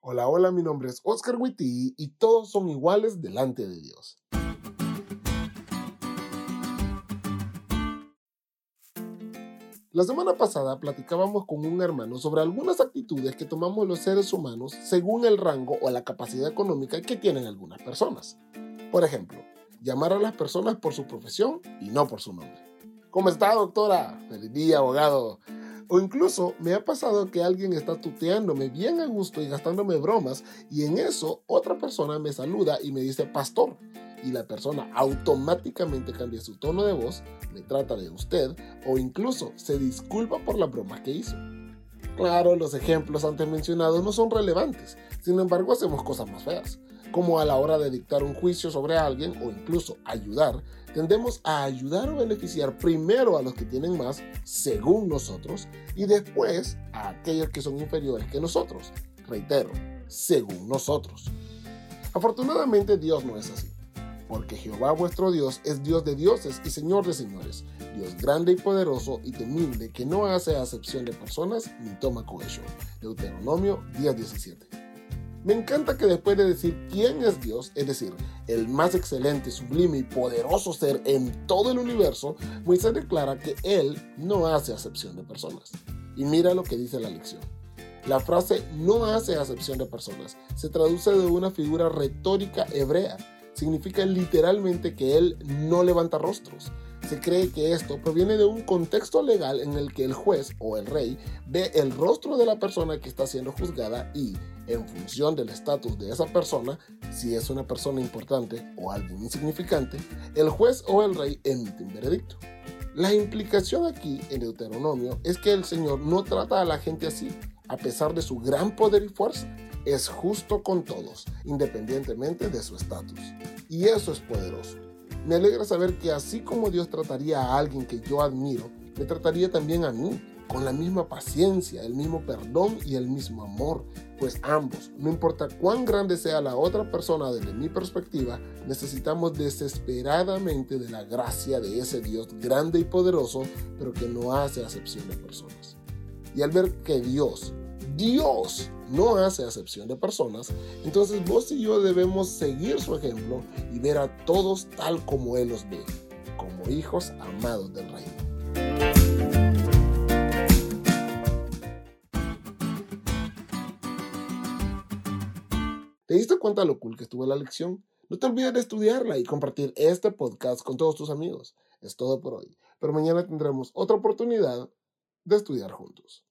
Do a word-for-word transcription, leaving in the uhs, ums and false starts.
Hola, hola, mi nombre es Oscar Witty y todos son iguales delante de Dios. La semana pasada platicábamos con un hermano sobre algunas actitudes que tomamos los seres humanos según el rango o la capacidad económica que tienen algunas personas. Por ejemplo, llamar a las personas por su profesión y no por su nombre. ¿Cómo está, doctora? Feliz día, abogado. O incluso me ha pasado que alguien está tuteándome bien a gusto y gastándome bromas y en eso otra persona me saluda y me dice pastor. Y la persona automáticamente cambia su tono de voz, me trata de usted o incluso se disculpa por las bromas que hizo. Claro, los ejemplos antes mencionados no son relevantes, sin embargo hacemos cosas más feas, como a la hora de dictar un juicio sobre alguien o incluso ayudar, tendemos a ayudar o beneficiar primero a los que tienen más, según nosotros, y después a aquellos que son inferiores que nosotros, reitero, según nosotros. Afortunadamente Dios no es así. Porque Jehová vuestro Dios es Dios de dioses y Señor de señores, Dios grande y poderoso y temible, que no hace acepción de personas ni toma cohecho. Deuteronomio diez diecisiete. Me encanta que después de decir quién es Dios, es decir, el más excelente, sublime y poderoso ser en todo el universo, Moisés declara que Él no hace acepción de personas. Y mira lo que dice la lección. La frase no hace acepción de personas se traduce de una figura retórica hebrea. Significa literalmente que él no levanta rostros. Se cree que esto proviene de un contexto legal en el que el juez o el rey ve el rostro de la persona que está siendo juzgada y, en función del estatus de esa persona, si es una persona importante o alguien insignificante, el juez o el rey emite un veredicto. La implicación aquí en Deuteronomio es que el Señor no trata a la gente así, a pesar de su gran poder y fuerza. Es justo con todos, independientemente de su estatus. Y eso es poderoso. Me alegra saber que así como Dios trataría a alguien que yo admiro, me trataría también a mí, con la misma paciencia, el mismo perdón y el mismo amor. Pues ambos, no importa cuán grande sea la otra persona desde mi perspectiva, necesitamos desesperadamente de la gracia de ese Dios grande y poderoso, pero que no hace acepción de personas. Y al ver que Dios, Dios no hace acepción de personas, entonces vos y yo debemos seguir su ejemplo y ver a todos tal como Él los ve, como hijos amados del reino. ¿Te diste cuenta lo cool que estuvo la lección? No te olvides de estudiarla y compartir este podcast con todos tus amigos. Es todo por hoy, pero mañana tendremos otra oportunidad de estudiar juntos.